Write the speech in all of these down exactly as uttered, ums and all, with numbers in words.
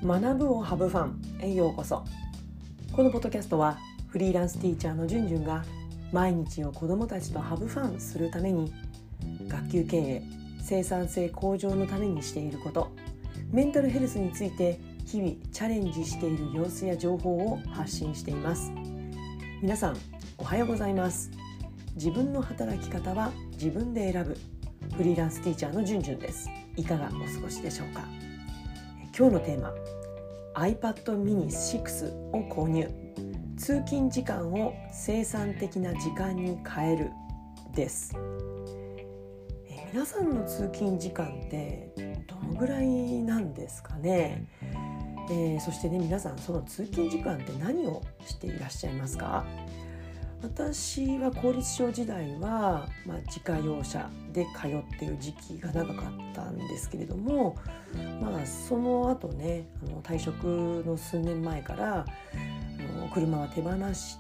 学ぶをハブファンへようこそ。このポッドキャストはフリーランスティーチャーのじゅんじゅんが毎日を子どもたちとハブファンするために、学級経営、生産性向上のためにしていること、メンタルヘルスについて日々チャレンジしている様子や情報を発信しています。皆さんおはようございます。自分の働き方は自分で選ぶフリーランスティーチャーのじゅんじゅんです。いかがお過ごしでしょうか。今日のテーマ、 iPad mini シックスを購入、通勤時間を生産的な時間に変えるです。え皆さんの通勤時間ってどのぐらいなんですかね。えー、そしてね、皆さんその通勤時間って何をしていらっしゃいますか。私は公立小時代は、まあ、自家用車で通っている時期が長かったんですけれども、まあ、その後ね、あの退職の数年前からあの車は手放して、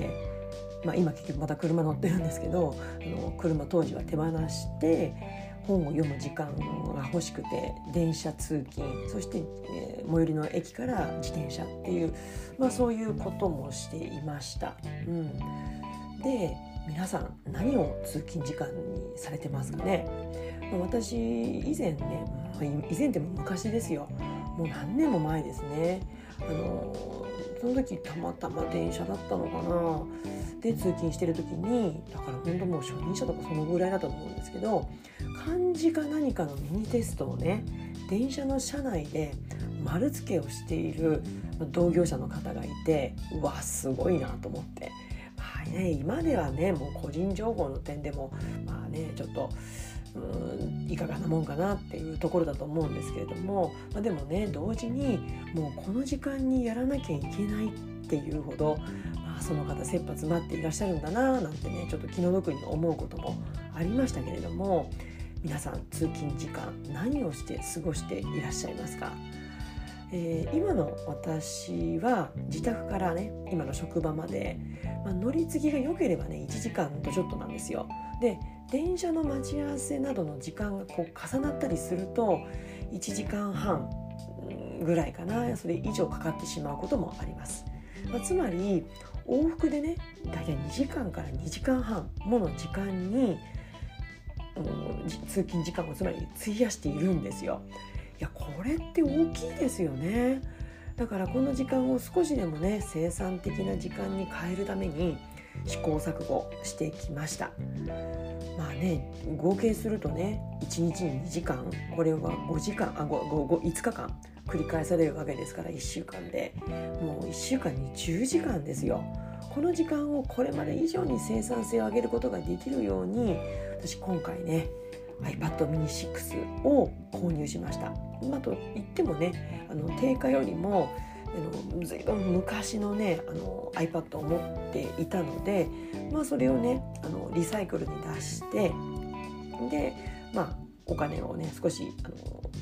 まあ、今結局また車乗ってるんですけど、あの車当時は手放して本を読む時間が欲しくて電車通勤、そして、えー、最寄りの駅から自転車っていう、まあ、そういうこともしていました。うんで、皆さん何を通勤時間にされてますかね。私以前ね、以前でも昔ですよ、もう何年も前ですね。あのその時たまたま電車だったのかなで通勤してる時に、だから本当もう初任者とかそのぐらいだと思うんですけど、漢字か何かのミニテストをね、電車の車内で丸付けをしている同業者の方がいて、うわすごいなと思って、ね、今ではね、もう個人情報の点でもまあね、ちょっとうーんいかがなもんかなっていうところだと思うんですけれども、まあ、でもね、同時にもうこの時間にやらなきゃいけないっていうほど、まあ、その方切羽詰まっていらっしゃるんだななんてね、ちょっと気の毒に思うこともありましたけれども、皆さん通勤時間何をして過ごしていらっしゃいますか。えー、今の私は自宅からね、今の職場まで、まあ、乗り継ぎが良ければねいちじかんとちょっとなんですよ。で、電車の待ち合わせなどの時間がこう重なったりするといちじかんはんぐらいかな、それ以上かかってしまうこともあります。まあ、つまり往復でね、だいたいにじかんからにじかんはんもの時間に、うん、通勤時間をつまり費やしているんですよ。いや、これって大きいですよね。だからこの時間を少しでもね、生産的な時間に変えるために試行錯誤してきました。まあね、合計するとね、いちにちににじかん、これはごじかん、あ、ご、ご、ご、いつかかん繰り返されるわけですから、いっしゅうかんでもういっしゅうかんにじゅうじかんですよ。この時間をこれまで以上に生産性を上げることができるように、私今回ねiPad mini シックスを購入しました。まあ、と言ってもね、あの定価よりもあのずいぶん昔のね、あの iPad を持っていたので、まあ、それをね、あのリサイクルに出して、で、まあ、お金をね少しあの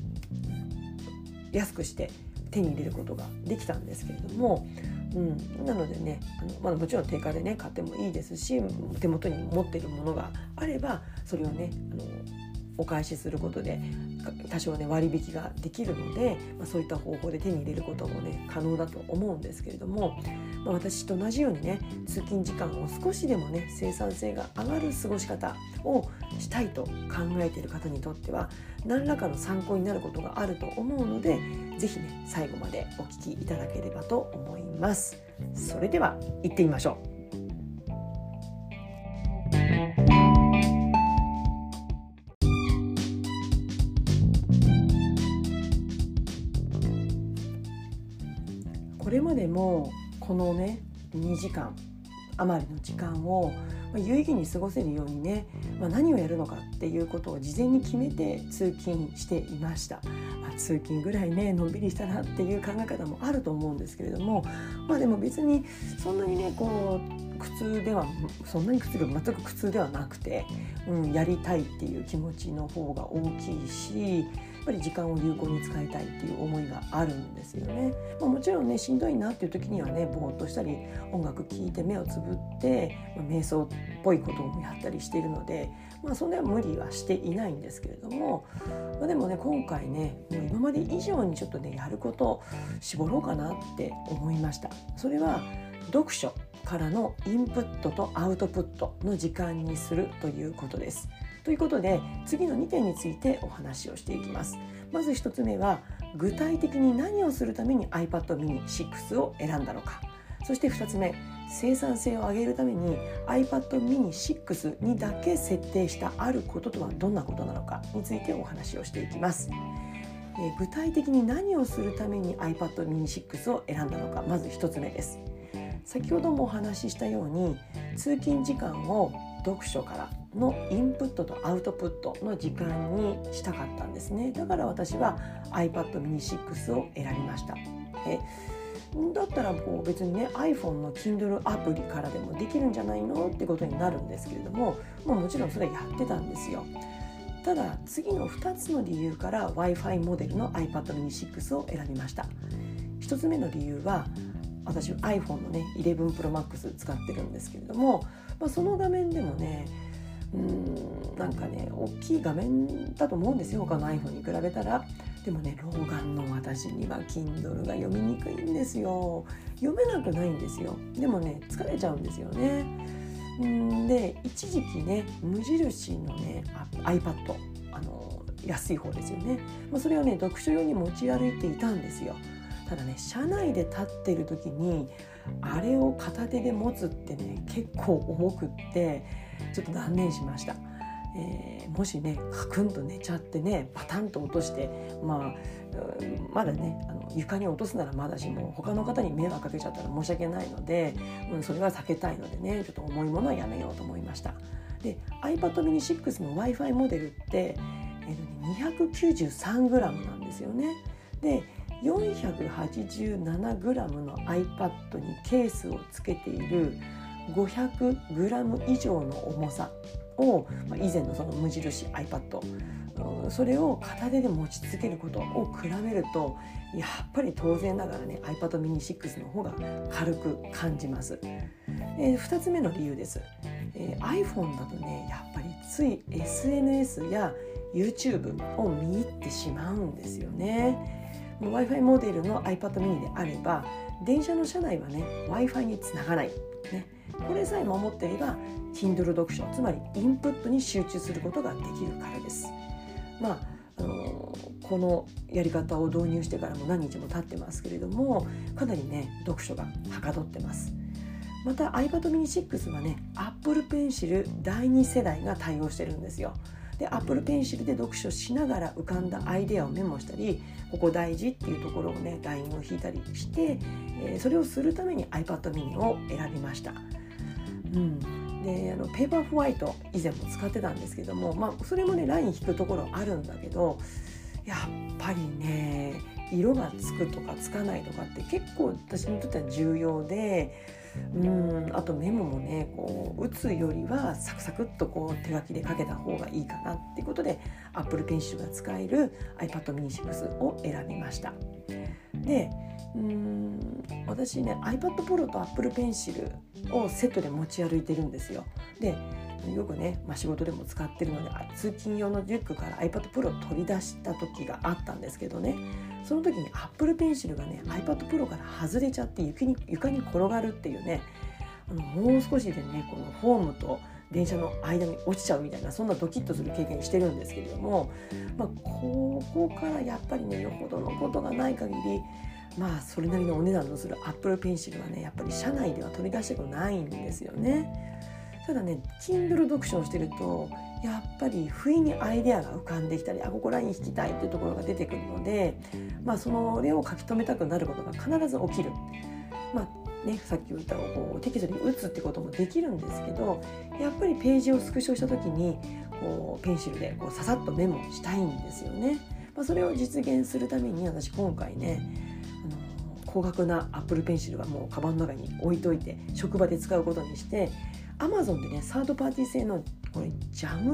安くして手に入れることができたんですけれども、うん、なのでね、あの、まあ、もちろん定価でね買ってもいいですし、手元に持っているものがあればそれをね、あのお返しすることで多少ね割引ができるので、まあ、そういった方法で手に入れることもね可能だと思うんですけれども、まあ、私と同じようにね、通勤時間を少しでもね生産性が上がる過ごし方をしたいと考えている方にとっては何らかの参考になることがあると思うので、ぜひね最後までお聞きいただければと思います。それでは行ってみましょう。これまでもこのねにじかん余りの時間を有意義に過ごせるようにね、まあ、何をやるのかっていうことを事前に決めて通勤していました。まあ、通勤ぐらいねのんびりしたらっていう考え方もあると思うんですけれども、まあでも別にそんなにねこう苦痛ではそんなに苦痛では全く苦痛ではなくて、うん、やりたいっていう気持ちの方が大きいし、 ぱり時間を有効に使いたいっていう思いがあるんですよね。まあ、もちろんねしんどいなっていう時にはねぼーっとしたり音楽聴いて目をつぶって、まあ、瞑想っぽいこともやったりしているので、まあ、そんな無理はしていないんですけれども、まあ、でもね今回ねもう今まで以上にちょっとねやることを絞ろうかなって思いました。それは読書からのインプットとアウトプットの時間にするということです。ということで次のにてんについてお話をしていきます。まずひとつめは具体的に何をするために iPad mini シックスを選んだのか。そしてふたつめ、生産性を上げるために iPad mini シックスにだけ設定したあることとはどんなことなのかについてお話をしていきます。えー、具体的に何をするために iPad mini シックスを選んだのか。まずひとつめです。先ほどもお話ししたように通勤時間を読書からのインプットとアウトプットの時間にしたかったんですね。だから私は iPad mini シックスを選びました。えだったらこう別にね iPhone の Kindle アプリからでもできるんじゃないのってことになるんですけれども、もうもちろんそれやってたんですよ。ただ次のふたつの理由から Wi-Fi モデルの iPad mini シックスを選びました。ひとつめの理由は私 iPhone のね イレブン Pro Max 使ってるんですけれども、まあ、その画面でもねうーんなんかね大きい画面だと思うんですよ、他の iPhone に比べたら。でもね老眼の私には Kindle が読みにくいんですよ。読めなくないんですよ。でもね疲れちゃうんですよね。んで一時期ね無印のね iPad あの安い方ですよね、まあ、それをね読書用に持ち歩いていたんですよ。ただね車内で立ってる時にあれを片手で持つってね結構重くってちょっと断念しました。えー、もしねカクンと寝ちゃってねパタンと落として、まあ、まだねあの床に落とすならまだしも他の方に迷惑かけちゃったら申し訳ないので、うん、それは避けたいのでねちょっと重いものはやめようと思いました。で iPad mini シックスの Wi-Fi モデルって、えー、にひゃくきゅうじゅうさんグラム なんですよね。でよんひゃくはちじゅうななグラム の iPad にケースをつけているごひゃくグラム 以上の重さを、まあ、以前のその無印 iPad、うん、それを片手で持ち続けることを比べるとやっぱり当然ながらね iPad mini シックスの方が軽く感じます。えー、ふたつめの理由です。えー、iPhone だとねやっぱりつい エスエヌエス や YouTube を見入ってしまうんですよね。Wi-Fi モデルの iPad mini であれば電車の車内はね Wi-Fi につながない、ね、これさえ守っていれば Kindle 読書つまりインプットに集中することができるからです。まああのー、このやり方を導入してからも何日も経ってますけれどもかなりね読書がはかどってます。また iPad mini シックスはね Apple Pencil だいに世代が対応してるんですよ。で Apple Pencil で読書しながら浮かんだアイデアをメモしたりここ大事っていうところをねラインを引いたりして、えー、それをするために iPad mini を選びました。うん、であのペーパーホワイト以前も使ってたんですけども、まあ、それもねライン引くところあるんだけどやっぱりね色がつくとかつかないとかって結構私にとっては重要で、うんあとメモもねこう打つよりはサクサクっとこう手書きで書けた方がいいかなっていうことで Apple Pencil が使える iPad mini シックスを選びました。でうーん私ね iPad Pro と Apple Pencil をセットで持ち歩いてるんですよ。でよくね、まあ、仕事でも使ってるので通勤用のリュックから iPad Pro を取り出した時があったんですけどねその時に Apple Pencil がね iPad Pro から外れちゃって床に、床に転がるっていうねあのもう少しでねこのホームと電車の間に落ちちゃうみたいなそんなドキッとする経験してるんですけれども、まあ、ここからやっぱりねよほどのことがない限りまあそれなりのお値段のする Apple Pencil はねやっぱり車内では取り出したくないんですよね。ただね Kindle 読書をしてるとやっぱり不意にアイデアが浮かんできたりあここライン引きたいっていうところが出てくるので、まあ、それを書き留めたくなることが必ず起きる。まあね、さっき言ったこう適度に打つってこともできるんですけどやっぱりページをスクショした時にこうペンシルでこうささっとメモしたいんですよね。まあ、それを実現するために私今回ねあの高額な Apple Pencil はもうカバンの中に置いといて職場で使うことにしてAmazon でねサードパーティー製のこれジャム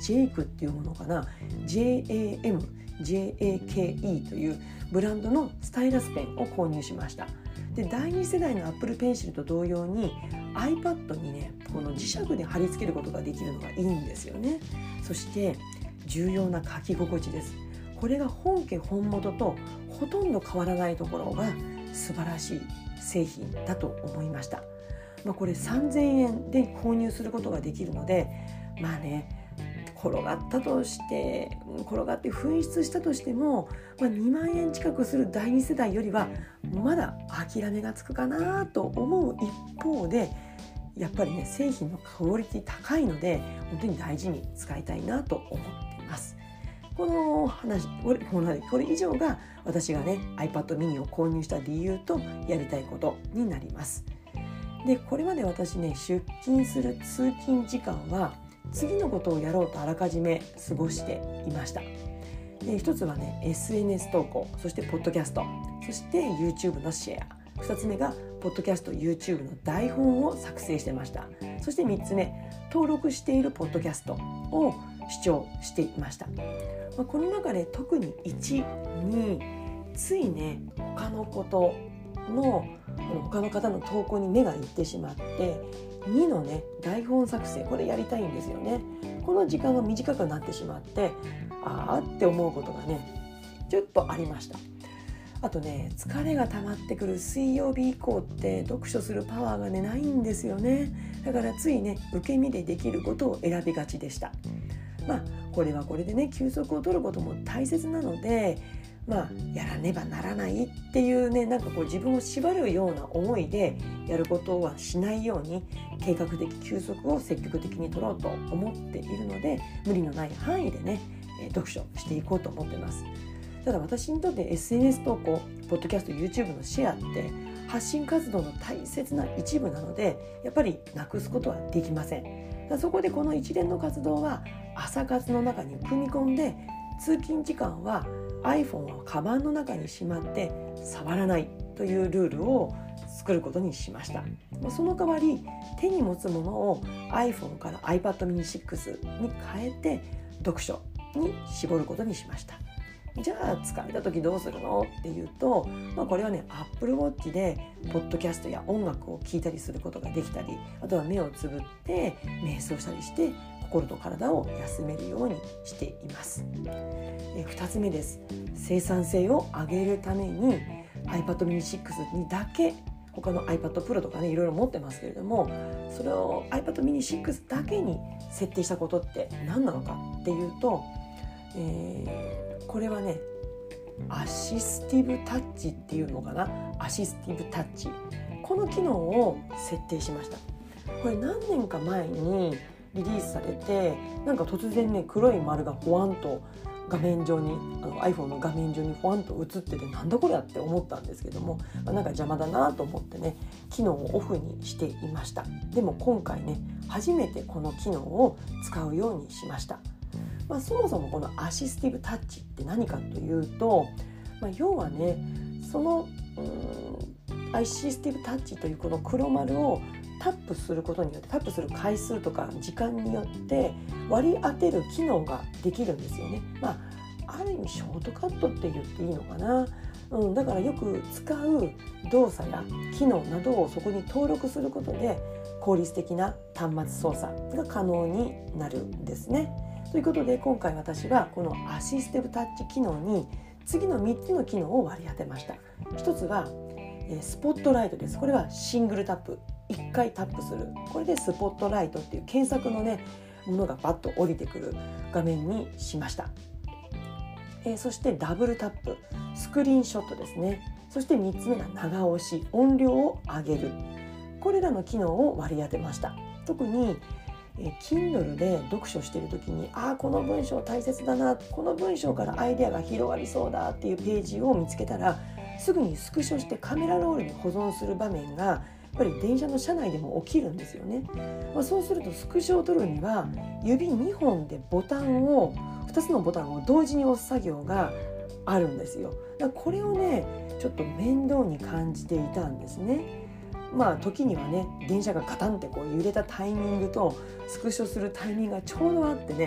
ジェイクっていうものかな、 ジェイエーエムジェイエーケーイー というブランドのスタイラスペンを購入しました。でだいに世代の Apple Pencil と同様に iPad にねこの磁石で貼り付けることができるのがいいんですよね。そして重要な書き心地です。これが本家本元とほとんど変わらないところが素晴らしい製品だと思いました。まあ、これさんぜんえんで購入することができるので、まあね転がったとして転がって紛失したとしても、まあ、にまんえん近くするだいに世代よりはまだ諦めがつくかなと思う一方で、やっぱりね製品のクオリティ高いので本当に大事に使いたいなと思っています。この話これ、これ以上が私がね iPad mini を購入した理由とやりたいことになります。でこれまで私ね出勤する通勤時間は次のことをやろうとあらかじめ過ごしていました。で一つはね エスエヌエス 投稿、そしてポッドキャスト、そして YouTube のシェア、ふたつめがポッドキャスト YouTube の台本を作成してました。そしてみっつめ、登録しているポッドキャストを視聴していました。まあ、この中で特にいちについね他のことの他の方の投稿に目がいってしまって、にのね台本作成、これやりたいんですよね。この時間が短くなってしまって、あーって思うことがねちょっとありました。あとね疲れが溜まってくる水曜日以降って読書するパワーがねないんですよね。だからついね受け身でできることを選びがちでした。まあこれはこれでね休息を取ることも大切なので、まあやらねばならないっていうねなんかこう自分を縛るような思いでやることはしないように計画的休息を積極的に取ろうと思っているので、無理のない範囲でね読書していこうと思っています。ただ私にとって エスエヌエス 投稿、ポッドキャスト、YouTube のシェアって発信活動の大切な一部なので、やっぱりなくすことはできません。だからそこでこの一連の活動は朝活の中に組み込んで、通勤時間は iPhone をカバンの中にしまって触らないというルールを作ることにしました。その代わり手に持つものを iPhone から iPad mini シックスに変えて読書に絞ることにしました。じゃあ疲れた時どうするのっていうと、まあ、これはね Apple Watch でポッドキャストや音楽を聴いたりすることができたり、あとは目をつぶって瞑想したりして心と体を休めるようにしています。えふたつめです。生産性を上げるために iPad mini シックスにだけ、他の iPad Pro とかねいろいろ持ってますけれども、それを iPad mini シックスだけに設定したことって何なのかっていうと、えーこれはねアシスティブタッチっていうのかな、アシスティブタッチ、この機能を設定しました。これ何年か前にリリースされて、なんか突然ね黒い丸がほわんと画面上にあの iPhone の画面上にほわんと映ってて、なんだこれやって思ったんですけども、まあ、なんか邪魔だなと思ってね機能をオフにしていました。でも今回ね初めてこの機能を使うようにしました。まあ、そもそもこのアシスティブタッチって何かというと、まあ、要はねそのうーんアシスティブタッチというこの黒丸をタップすることによって、タップする回数とか時間によって割り当てる機能ができるんですよね。まあ、ある意味ショートカットって言っていいのかな、うん、だからよく使う動作や機能などをそこに登録することで効率的な端末操作が可能になるんですね。ということで今回私はこのアシスティブタッチ機能に次のみっつの機能を割り当てました。ひとつはスポットライトです。これはシングルタップ、いっかいタップする、これでスポットライトっていう検索のねものがバッと降りてくる画面にしました。えー、そしてダブルタップ、スクリーンショットですね。そしてみっつめが長押し、音量を上げる、これらの機能を割り当てました。特にえー、Kindle で読書しているときに、ああこの文章大切だな、この文章からアイデアが広がりそうだっていうページを見つけたら、すぐにスクショしてカメラロールに保存する場面がやっぱり電車の車内でも起きるんですよね。まあ、そうするとスクショを取るには指にほんでボタンをふたつのボタンを同時に押す作業があるんですよ。だからこれをねちょっと面倒に感じていたんですね。まあ時にはね電車がガタンってこう揺れたタイミングとスクショするタイミングがちょうどあってね、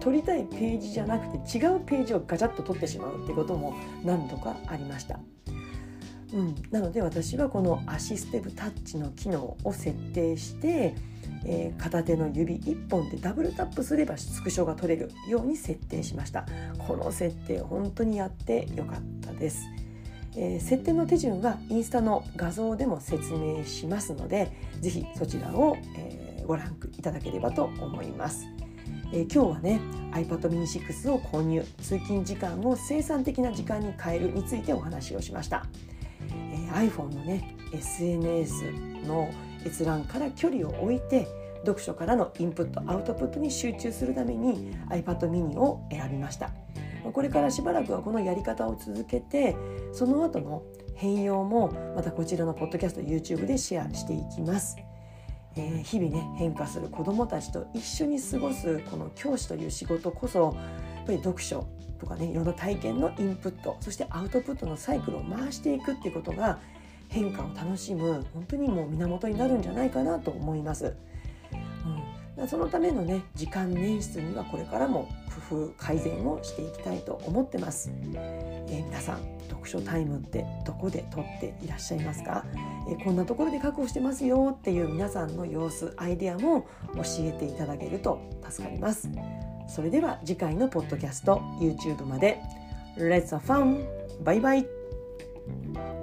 撮りたいページじゃなくて違うページをガチャッと撮ってしまうってことも何度かありました。うん、なので私はこのアシスティブタッチの機能を設定して、えー、片手の指いっぽんでダブルタップすればスクショが撮れるように設定しました。この設定本当にやってよかったです。えー、設定の手順はインスタの画像でも説明しますので、ぜひそちらを、えー、ご覧いただければと思います。えー、今日はね iPad mini シックスを購入、通勤時間を生産的な時間に変えるについてお話をしました。えー、iPhone のね エスエヌエス の閲覧から距離を置いて読書からのインプットアウトプットに集中するために iPad mini を選びました。これからしばらくはこのやり方を続けて、その後の変容もまたこちらのポッドキャスト YouTube でシェアしていきます。えー、日々ね変化する子どもたちと一緒に過ごすこの教師という仕事こそ、やっぱり読書とかね、いろんな体験のインプット、そしてアウトプットのサイクルを回していくっていうことが変化を楽しむ本当にもう源になるんじゃないかなと思います。うん、そのためのね時間捻出にはこれからも工夫改善をしていきたいと思ってます。えー、皆さん読書タイムってどこで取っていらっしゃいますか？えー、こんなところで確保してますよっていう皆さんの様子、アイデアも教えていただけると助かります。それでは次回のポッドキャスト YouTube まで Let's have fun! バイバイ。